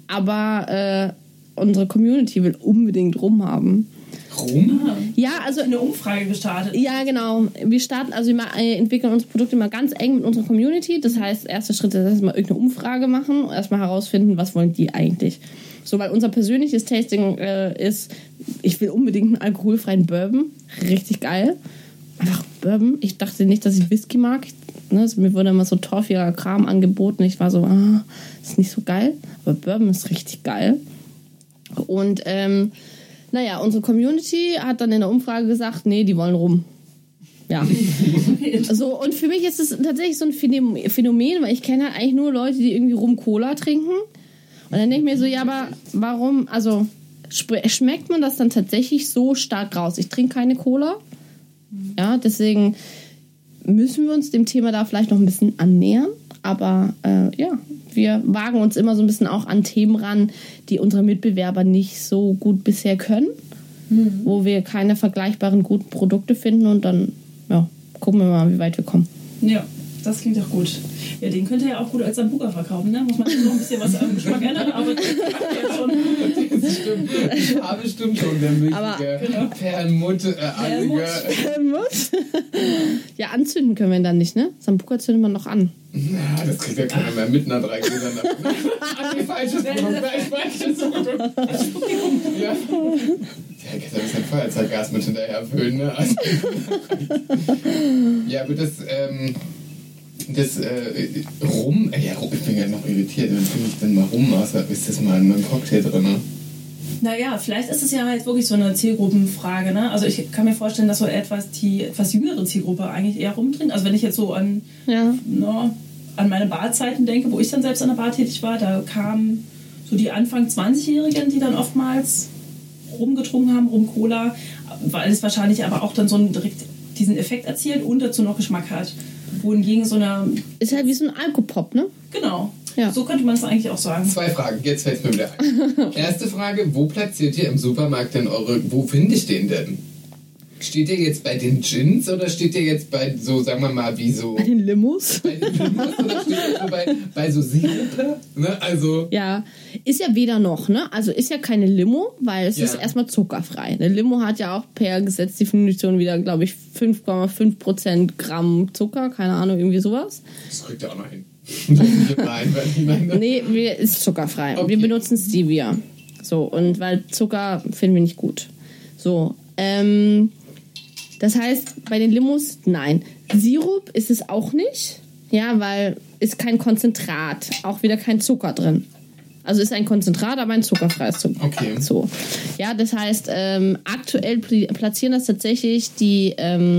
Aber unsere Community will unbedingt Rum haben. Rum? Ja, also eine Umfrage gestartet. Ja, genau. Wir entwickeln unsere Produkte immer ganz eng mit unserer Community. Das heißt, erster Schritt ist erstmal irgendeine Umfrage machen und erstmal herausfinden, was wollen die eigentlich. So, weil unser persönliches Tasting ist, ich will unbedingt einen alkoholfreien Bourbon. Richtig geil. Einfach Bourbon. Ich dachte nicht, dass ich Whisky mag. Mir wurde immer so torfiger Kram angeboten. Ich war so, ist nicht so geil. Aber Bourbon ist richtig geil. Und naja, unsere Community hat dann in der Umfrage gesagt, nee, die wollen Rum. Ja. So, und für mich ist es tatsächlich so ein Phänomen, weil ich kenne halt eigentlich nur Leute, die irgendwie Rum-Cola trinken. Und dann denke ich mir so, ja, aber warum, also schmeckt man das dann tatsächlich so stark raus? Ich trinke keine Cola. Ja, deswegen müssen wir uns dem Thema da vielleicht noch ein bisschen annähern. Aber ja, wir wagen uns immer so ein bisschen auch an Themen ran, die unsere Mitbewerber nicht so gut bisher können, wo wir keine vergleichbaren guten Produkte finden und dann ja, gucken wir mal, wie weit wir kommen. Ja, das klingt doch gut. Ja, den könnt ihr ja auch gut als Sambuca verkaufen, ne? Muss man noch ein bisschen was am Geschmack ändern, aber das ja schon. Das stimmt. Die Farbe stimmt schon, der milchige Perlmutt. Ja, anzünden können wir ihn dann nicht, ne? Sambuca zündet man noch an. Ja, das kriegt ja keiner mehr mit nach 3 Gläsern. Falsches Produkt. Ja. Ja, ich kann ein Feuerzeuggas mit hinterher füllen, ne? Also, ja, aber das Rum, ja, ich bin ja noch irritiert, dann trinke ich dann mal Rum aus, ist das mal in meinem Cocktail drin, ne? Naja, vielleicht ist es ja halt wirklich so eine Zielgruppenfrage, ne? Also ich kann mir vorstellen, dass so die etwas jüngere Zielgruppe eigentlich eher rumtrinkt. Also wenn ich jetzt so an meine Barzeiten denke, wo ich dann selbst an der Bar tätig war, da kamen so die Anfang 20-Jährigen, die dann oftmals rumgetrunken haben, Rum-Cola, weil es wahrscheinlich aber auch dann so direkt diesen Effekt erzielt und dazu noch Geschmack hat. Wohingegen so eine... Ist halt wie so ein Alkopop, ne? Genau. Ja. So könnte man es eigentlich auch sagen. 2 Fragen, jetzt fällt es mir wieder ein. Erste Frage, wo platziert ihr im Supermarkt denn wo finde ich den denn? Steht ihr jetzt bei den Gins oder steht ihr jetzt bei so, sagen wir mal, wie so... Bei den Limos? Bei den Limos oder steht ihr so bei so Sirupe? Ne? Also... Ja, ist ja weder noch, ne? Also ist ja keine Limo, weil es ist erstmal zuckerfrei. Eine Limo hat ja auch per Gesetzdefinition wieder, glaube ich, 5,5% Gramm Zucker, keine Ahnung, irgendwie sowas. Das kriegt ihr auch noch hin. Nee, ist zuckerfrei. Okay. Wir benutzen Stevia. So, und weil Zucker finden wir nicht gut. So, das heißt, bei den Limos, nein. Sirup ist es auch nicht, ja, weil ist kein Konzentrat, auch wieder kein Zucker drin. Also ist ein Konzentrat, aber ein zuckerfreies Zucker. Okay. So. Ja, das heißt, aktuell platzieren das tatsächlich die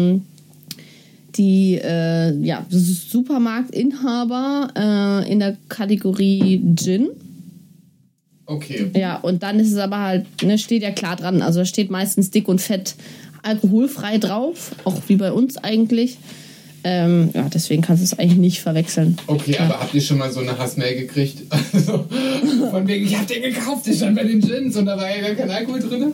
Supermarktinhaber in der Kategorie Gin. Okay. Ja, und dann ist es aber halt, steht ja klar dran. Also da steht meistens dick und fett alkoholfrei drauf, auch wie bei uns eigentlich. Deswegen kannst du es eigentlich nicht verwechseln. Okay, aber habt ihr schon mal so eine Hassmail gekriegt? Also, von wegen, ich hab den gekauft, der stand bei den Gins und da war ja gar kein Alkohol drin?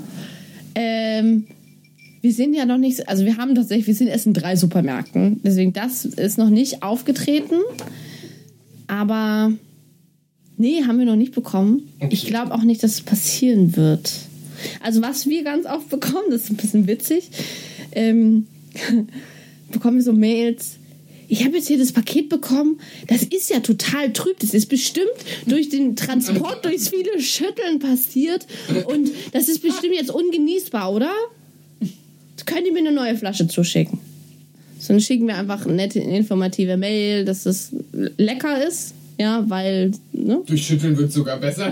Wir sind ja noch nicht, also wir sind erst in 3 Supermärkten. Deswegen, das ist noch nicht aufgetreten. Aber nee, haben wir noch nicht bekommen. Okay. Ich glaube auch nicht, dass es passieren wird. Also was wir ganz oft bekommen, das ist ein bisschen witzig, bekommen wir so Mails, ich habe jetzt hier das Paket bekommen, das ist ja total trüb, das ist bestimmt durch den Transport, durchs viele Schütteln passiert und das ist bestimmt jetzt ungenießbar, oder? Könnt ihr mir eine neue Flasche zuschicken? So, dann schicken wir einfach eine nette, informative Mail, dass das lecker ist. Ja, weil... Ne? Durch Schütteln wird es sogar besser.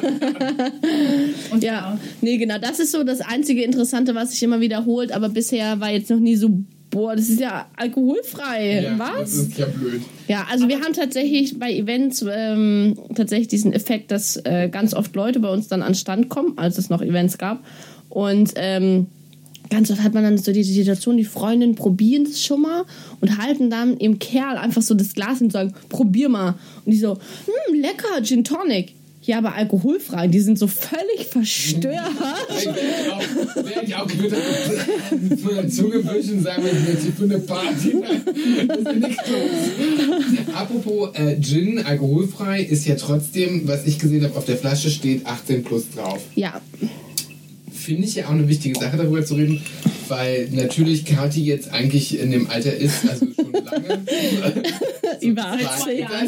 Und ja, nee, genau. Das ist so das einzige Interessante, was sich immer wiederholt. Aber bisher war jetzt noch nie so, boah, das ist ja alkoholfrei. Ja, was? Das ist ja blöd. Ja, also wir haben tatsächlich bei Events tatsächlich diesen Effekt, dass ganz oft Leute bei uns dann an Stand kommen, als es noch Events gab. Und ganz oft hat man dann so die Situation, die Freundinnen probieren das schon mal und halten dann im Kerl einfach so das Glas und sagen, probier mal. Und die so, lecker, Gin Tonic. Ja, aber alkoholfrei. Die sind so völlig verstört. Wäre ich auch gewöhnt, von der Zunge wischen und sagen, wenn ich für eine Party, das ist nichts los. Apropos Gin, alkoholfrei, ist ja trotzdem, was ich gesehen habe, auf der Flasche steht 18 plus drauf. Ja. Finde ich ja auch eine wichtige Sache, darüber zu reden, weil natürlich Kathi jetzt eigentlich in dem Alter ist, also schon lange. Über 18 Jahre.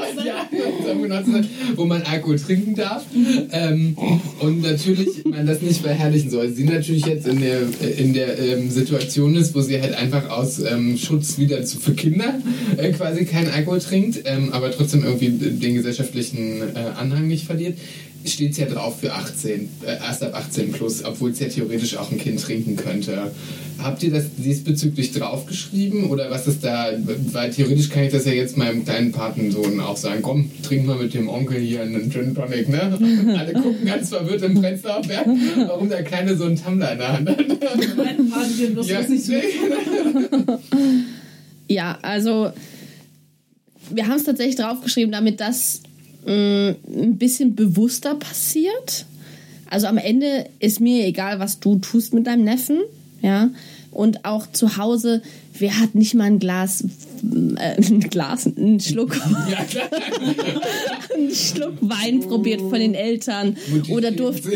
Wo man Alkohol trinken darf. Und natürlich man das nicht verherrlichen soll. Sie natürlich jetzt in der Situation ist, wo sie halt einfach aus Schutz wieder für Kinder quasi keinen Alkohol trinkt, aber trotzdem irgendwie den gesellschaftlichen Anhang nicht verliert. Steht es ja drauf für 18, erst ab 18 plus, obwohl es ja theoretisch auch ein Kind trinken könnte. Habt ihr das diesbezüglich draufgeschrieben oder was ist da, weil theoretisch kann ich das ja jetzt meinem kleinen Patensohn auch sagen, komm, trink mal mit dem Onkel hier einen Gin Tonic, ne? Alle gucken ganz verwirrt im Prenzlauer Berg, warum der Kleine so einen Tumbler in der Hand hat. Mein Paten bloß ja, nicht so. Ja, also wir haben es tatsächlich draufgeschrieben, damit das ein bisschen bewusster passiert. Also am Ende ist mir egal, was du tust mit deinem Neffen, ja. Und auch zu Hause, wer hat nicht mal einen Schluck Wein probiert von den Eltern oder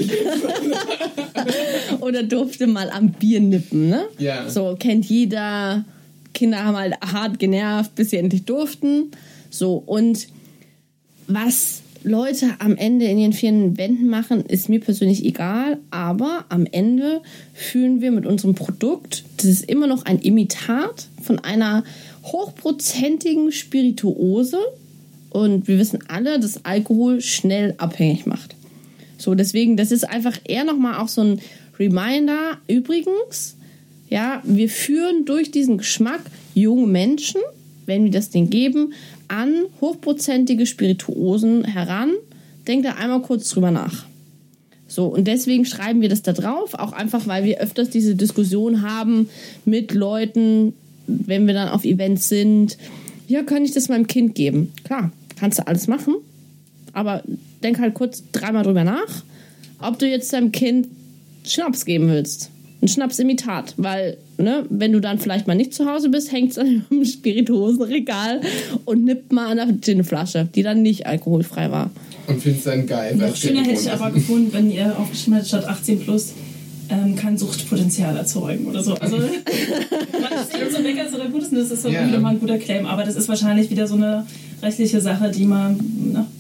durfte mal am Bier nippen, ne? Ja. So kennt jeder. Kinder haben halt hart genervt, bis sie endlich durften. So, und was Leute am Ende in ihren 4 Wänden machen, ist mir persönlich egal, aber am Ende fühlen wir mit unserem Produkt, das ist immer noch ein Imitat von einer hochprozentigen Spirituose und wir wissen alle, dass Alkohol schnell abhängig macht. So, deswegen, das ist einfach eher nochmal auch so ein Reminder, übrigens, ja, wir führen durch diesen Geschmack junge Menschen, wenn wir das denen geben, an hochprozentige Spirituosen heran. Denkt da einmal kurz drüber nach. So, und deswegen schreiben wir das da drauf, auch einfach, weil wir öfters diese Diskussion haben mit Leuten, wenn wir dann auf Events sind. Ja, kann ich das meinem Kind geben? Klar, kannst du alles machen, aber denk halt kurz 3-mal drüber nach, ob du jetzt deinem Kind Schnaps geben willst. Ein Schnapsimitat, weil, ne, wenn du dann vielleicht mal nicht zu Hause bist, hängt es dann im Spirituosenregal und nippt mal an einer Ginflasche, die dann nicht alkoholfrei war. Und findest dann geil. Noch schöner hätte ich aber gefunden, wenn ihr aufgeschrieben hättet, statt 18 plus kann Suchtpotenzial erzeugen oder so. Also, man ist so meckert oder gut ist, das ist so wieder mal ein guter Claim, aber das ist wahrscheinlich wieder so eine rechtliche Sache, die man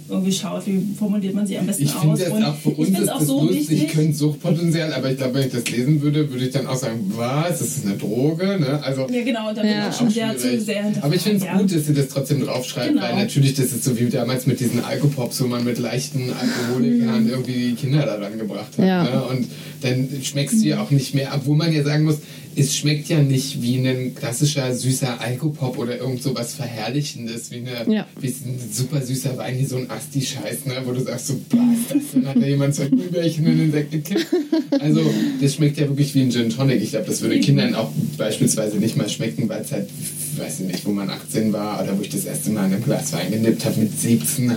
irgendwie schaut, wie formuliert man sie am besten Ich finde aus. das Und auch für uns ich finde ist es auch das so lustig, wichtig. ich könnte Suchtpotenzial, aber ich glaube, wenn ich das lesen würde, würde ich dann auch sagen, was, das ist eine Droge, ne? Also, Ja, genau, da bin ich schon sehr zu sehr hinterfragt. aber ich finde es ja. gut, dass sie das trotzdem draufschreibt, Genau. weil natürlich, das ist so wie damals mit diesen Alkopops, wo man mit leichten Alkoholikern irgendwie die Kinder daran gebracht hat. Ja. Ne? Und dann schmeckst du ja auch nicht mehr, obwohl man ja sagen muss, es schmeckt ja nicht wie ein klassischer süßer Alkopop oder irgend so was Verherrlichendes, wie ein super süßer Wein, hier so ein Asti-Scheiß, ne? Wo du sagst so, was ist das? Dann hat da jemand so ein Glühbärchen in den Sekt gekippt. Also das schmeckt ja wirklich wie ein Gin Tonic. Ich glaube, das würde Kindern auch beispielsweise nicht mal schmecken, weil es halt, weiß ich nicht, wo man 18 war oder wo ich das erste Mal in einem Glas Wein genippt habe mit 17,5.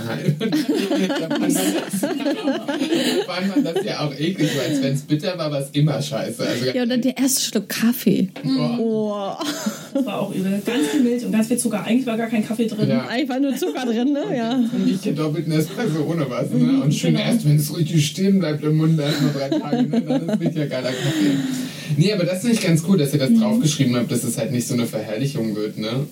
Da fand man das ja auch eklig, weil wenn es bitter war, war es immer scheiße. Also, Ja, oder der erste Schluck Kaffee. Oh. Das war auch übel. Ganz viel Milch und ganz viel Zucker. Eigentlich war gar kein Kaffee drin. Ja. Einfach nur Zucker drin, ne? Ja. Und nicht gedoppelten Espresso ohne was, ne? Und schön Genau. erst, wenn es richtig stehen bleibt im Mund, erstmal 3 Tage, ne? Dann ist richtig geiler Kaffee. Nee, aber das finde ich ganz cool, dass ihr das draufgeschrieben habt, dass es halt nicht so eine Verherrlichung wird, ne?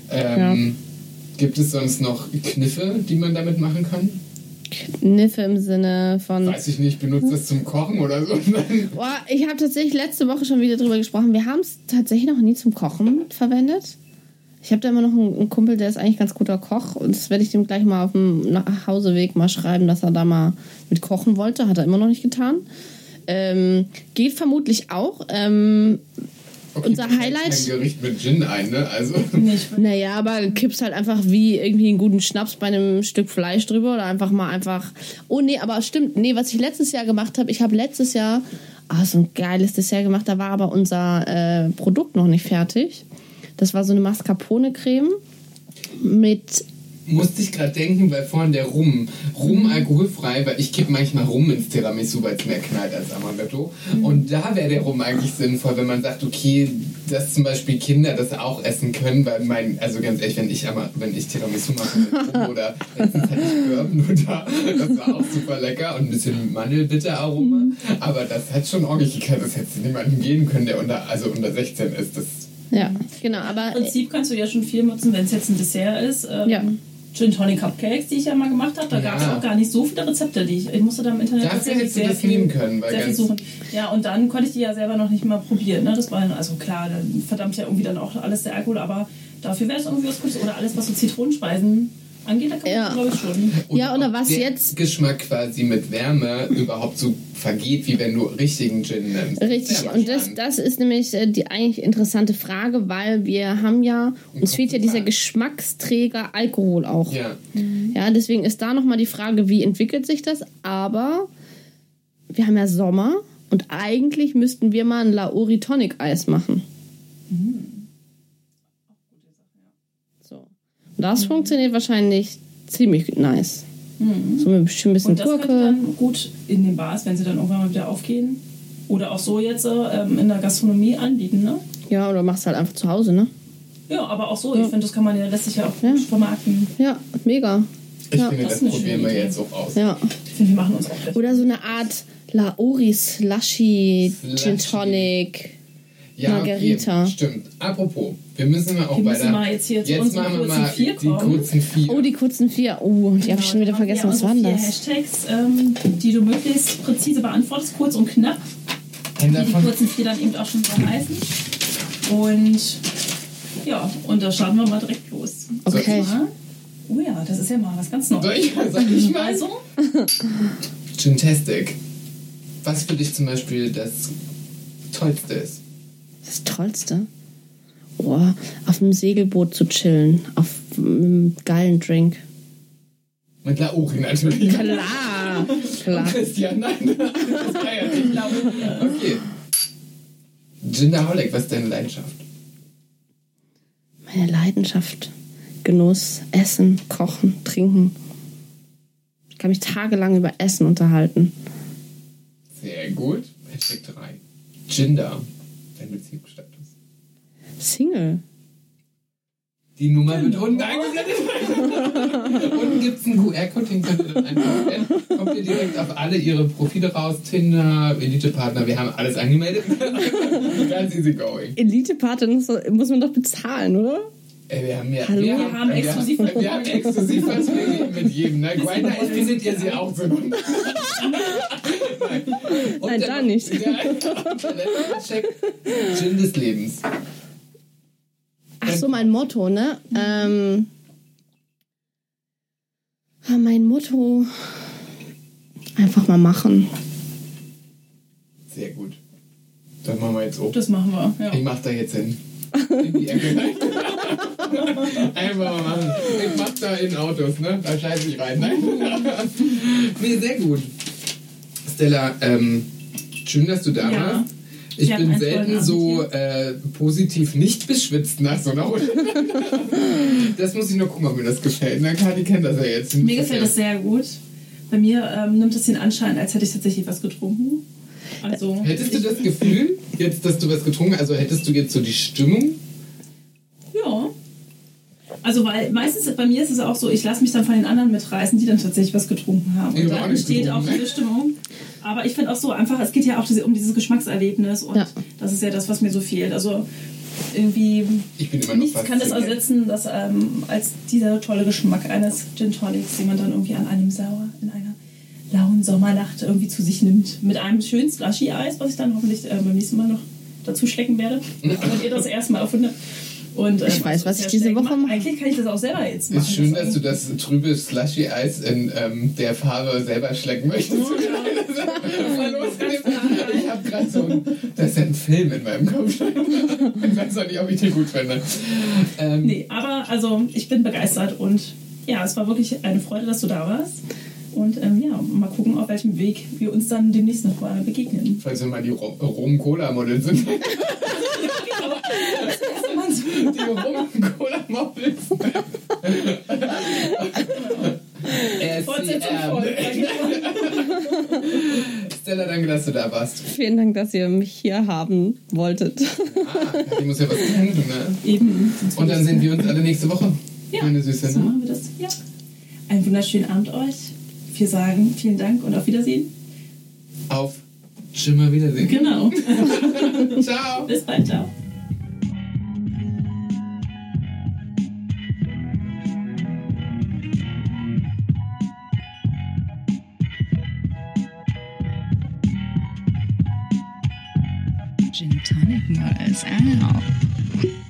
Gibt es sonst noch Kniffe, die man damit machen kann? Kniffe im Sinne von... Weiß ich nicht, benutzt das zum Kochen oder so? Boah, ich habe tatsächlich letzte Woche schon wieder drüber gesprochen. Wir haben es tatsächlich noch nie zum Kochen verwendet. Ich habe da immer noch einen Kumpel, der ist eigentlich ganz guter Koch. Und das werde ich dem gleich mal auf dem Nachhauseweg mal schreiben, dass er da mal mit kochen wollte. Hat er immer noch nicht getan. Geht vermutlich auch. Okay, unser du Highlight... ein Gericht mit Gin ein, ne? Also... Nicht. Naja, aber kippst halt einfach wie irgendwie einen guten Schnaps bei einem Stück Fleisch drüber oder einfach... Oh nee, aber stimmt. Nee, was ich letztes Jahr gemacht habe, ich habe letztes Jahr so ein geiles Dessert gemacht, da war aber unser Produkt noch nicht fertig. Das war so eine Mascarpone-Creme mit... Musste ich gerade denken, weil vorhin der Rum alkoholfrei, weil ich kippe manchmal Rum ins Tiramisu, weil es mehr knallt als Amaretto. Und da wäre der Rum eigentlich sinnvoll, wenn man sagt, okay, dass zum Beispiel Kinder das auch essen können, weil also ganz ehrlich, wenn ich Tiramisu mache mit Rum oder letztens hatte ich Bourbon da, das war auch super lecker und ein bisschen Mandelbitter-Aroma. Aber das hat schon Orgigkeit, das hätte niemandem geben können, der unter 16 ist. Das Ja, genau, aber... Im Prinzip kannst du ja schon viel nutzen, wenn es jetzt ein Dessert ist. Ja. Gin Tonic Cupcakes, die ich ja mal gemacht habe, da gab es auch gar nicht so viele Rezepte, die ich musste da im Internet dafür tatsächlich hättest du das nehmen können, weil sehr viel suchen. Ja, und dann konnte ich die ja selber noch nicht mal probieren. Ne? Das war dann, also klar, dann verdammt ja irgendwie dann auch alles der Alkohol, aber dafür wäre es irgendwie was Gutes. Oder alles, was so Zitronenspeisen angeht, da kann man glaube ich schon. Ja, oder was der jetzt... Geschmack quasi mit Wärme überhaupt so vergeht, wie wenn du richtigen Gin nimmst. Richtig, Sehr und spannend. das ist nämlich die eigentlich interessante Frage, weil wir haben ja, uns fehlt ja dieser Geschmacksträger Alkohol auch. Ja. Ja, deswegen ist da nochmal die Frage, wie entwickelt sich das? Aber wir haben ja Sommer und eigentlich müssten wir mal ein Lauri Tonic Eis machen. So. Und das funktioniert wahrscheinlich ziemlich nice. So mit bestimmt ein bisschen Und das könnte Gurke. dann gut in den Bars, wenn sie dann irgendwann mal wieder aufgehen, oder auch so jetzt in der Gastronomie anbieten, ne? Ja, oder machst halt einfach zu Hause, ne? Ja, aber auch so. Ich finde, das kann man ja, lässt sich ja auch gut vermarkten. Ja, mega. Ich Ja, finde, das das ist eine probieren schöne wir Idee. jetzt auch aus. Ja. Ich finde, wir machen uns auch gleich. Oder so eine Art Lauri Slushy Gin Tonic. Ja, Margarita. Okay, stimmt. Apropos, wir müssen mal auch Wir bei müssen der... mal jetzt hier zu unseren machen wir kurzen mal 4 die kommen. kurzen 4. Oh, die kurzen 4. Oh, die habe ich schon wieder vergessen. Was waren das? Hashtags, die du möglichst präzise beantwortest, kurz und knapp. Einen Die davon, kurzen 4 dann eben auch schon so heißen. Und ja, und da starten wir mal direkt los. Okay. Oh ja, das ist ja mal was ganz Neues. Sag ich mal. Also, Gintastic. Was für dich zum Beispiel das Tollste ist? Das Tollste? Oh, auf dem Segelboot zu chillen. Auf einem geilen Drink. Mit Lauri natürlich. Klar. Klar. Christian, nein. Das war ja nicht. Okay. Ginaholic, was ist deine Leidenschaft? Meine Leidenschaft. Genuss, Essen, Kochen, Trinken. Ich kann mich tagelang über Essen unterhalten. Sehr gut. Hashtag 3. Gender. Dein Beziehungsstatus. Single. Die Nummer wird unten eingeblendet. Unten gibt es einen QR-Code, den könnt ihr dann einfach scannen. Kommt ihr direkt auf alle ihre Profile raus. Tinder, Elite-Partner, wir haben alles angemeldet. Ganz easy going. Elite-Partner muss man doch bezahlen, oder? Wir haben Hallo? Wir haben Exklusivverträge mit jedem. Ne? Grindr findet ihr sie auch so. Nein, Nein, da nicht. Der letzte Check. Gin des Lebens. Ach so, mein Motto, ne? Mein Motto: einfach mal machen. Sehr gut. Das machen wir jetzt auch. Das machen wir, ja. Ich mach da jetzt hin. In die Ecke. Einfach mal machen. Ich mach da in Autos, ne? Da scheiße ich rein. Nein. Nee, sehr gut. Stella, schön, dass du da warst. Ich bin selten so positiv nicht beschwitzt nach so einer Runde. Das muss ich nur gucken, ob mir das gefällt. Na, Kati kennt das ja jetzt. Mir gefällt das sehr gut. Bei mir nimmt es den Anschein, als hätte ich tatsächlich was getrunken. Also, hättest du das Gefühl, jetzt, dass du was getrunken hast, also hättest du jetzt so die Stimmung? Ja. Also, weil meistens bei mir ist es auch so, ich lasse mich dann von den anderen mitreißen, die dann tatsächlich was getrunken haben. Und da entsteht auch diese Stimmung. Aber ich finde auch so einfach, es geht ja auch um dieses Geschmackserlebnis und das ist ja das, was mir so fehlt. Also irgendwie nichts kann das ersetzen, dass als dieser tolle Geschmack eines Gin Tonics, den man dann irgendwie an einem in einer lauen Sommernacht irgendwie zu sich nimmt. Mit einem schönen Slushy-Eis, was ich dann hoffentlich beim nächsten Mal noch dazu schlecken werde. Wenn ihr das erstmal erfunden habt. Und, ich weiß, was ich diese Woche mache. Eigentlich kann ich das auch selber jetzt machen. Ist schön, dass du das trübe Slushy-Eis in der Farbe selber schlecken möchtest. Oh, ja. Ich habe gerade das ist ja ein Film in meinem Kopf. Ich weiß auch nicht, ob ich den gut finde. Nee, aber also ich bin begeistert und ja, es war wirklich eine Freude, dass du da warst. Und mal gucken, auf welchem Weg wir uns dann demnächst noch mal begegnen. Falls wir mal die Rum-Cola-Models sind. Die Rum-Cola-Models. Stella, danke, dass du da warst. Vielen Dank, dass ihr mich hier haben wolltet. Ich muss ja was tun, ne? Eben. Und dann sehen wir uns alle nächste Woche. Ja, meine Süße. So machen wir das. Ja. Einen wunderschönen Abend euch. Wir sagen vielen Dank und auf Wiedersehen. Auf Schimmer Wiedersehen. Genau. Ciao. Bis bald. Ciao. Gin Tonic Models out.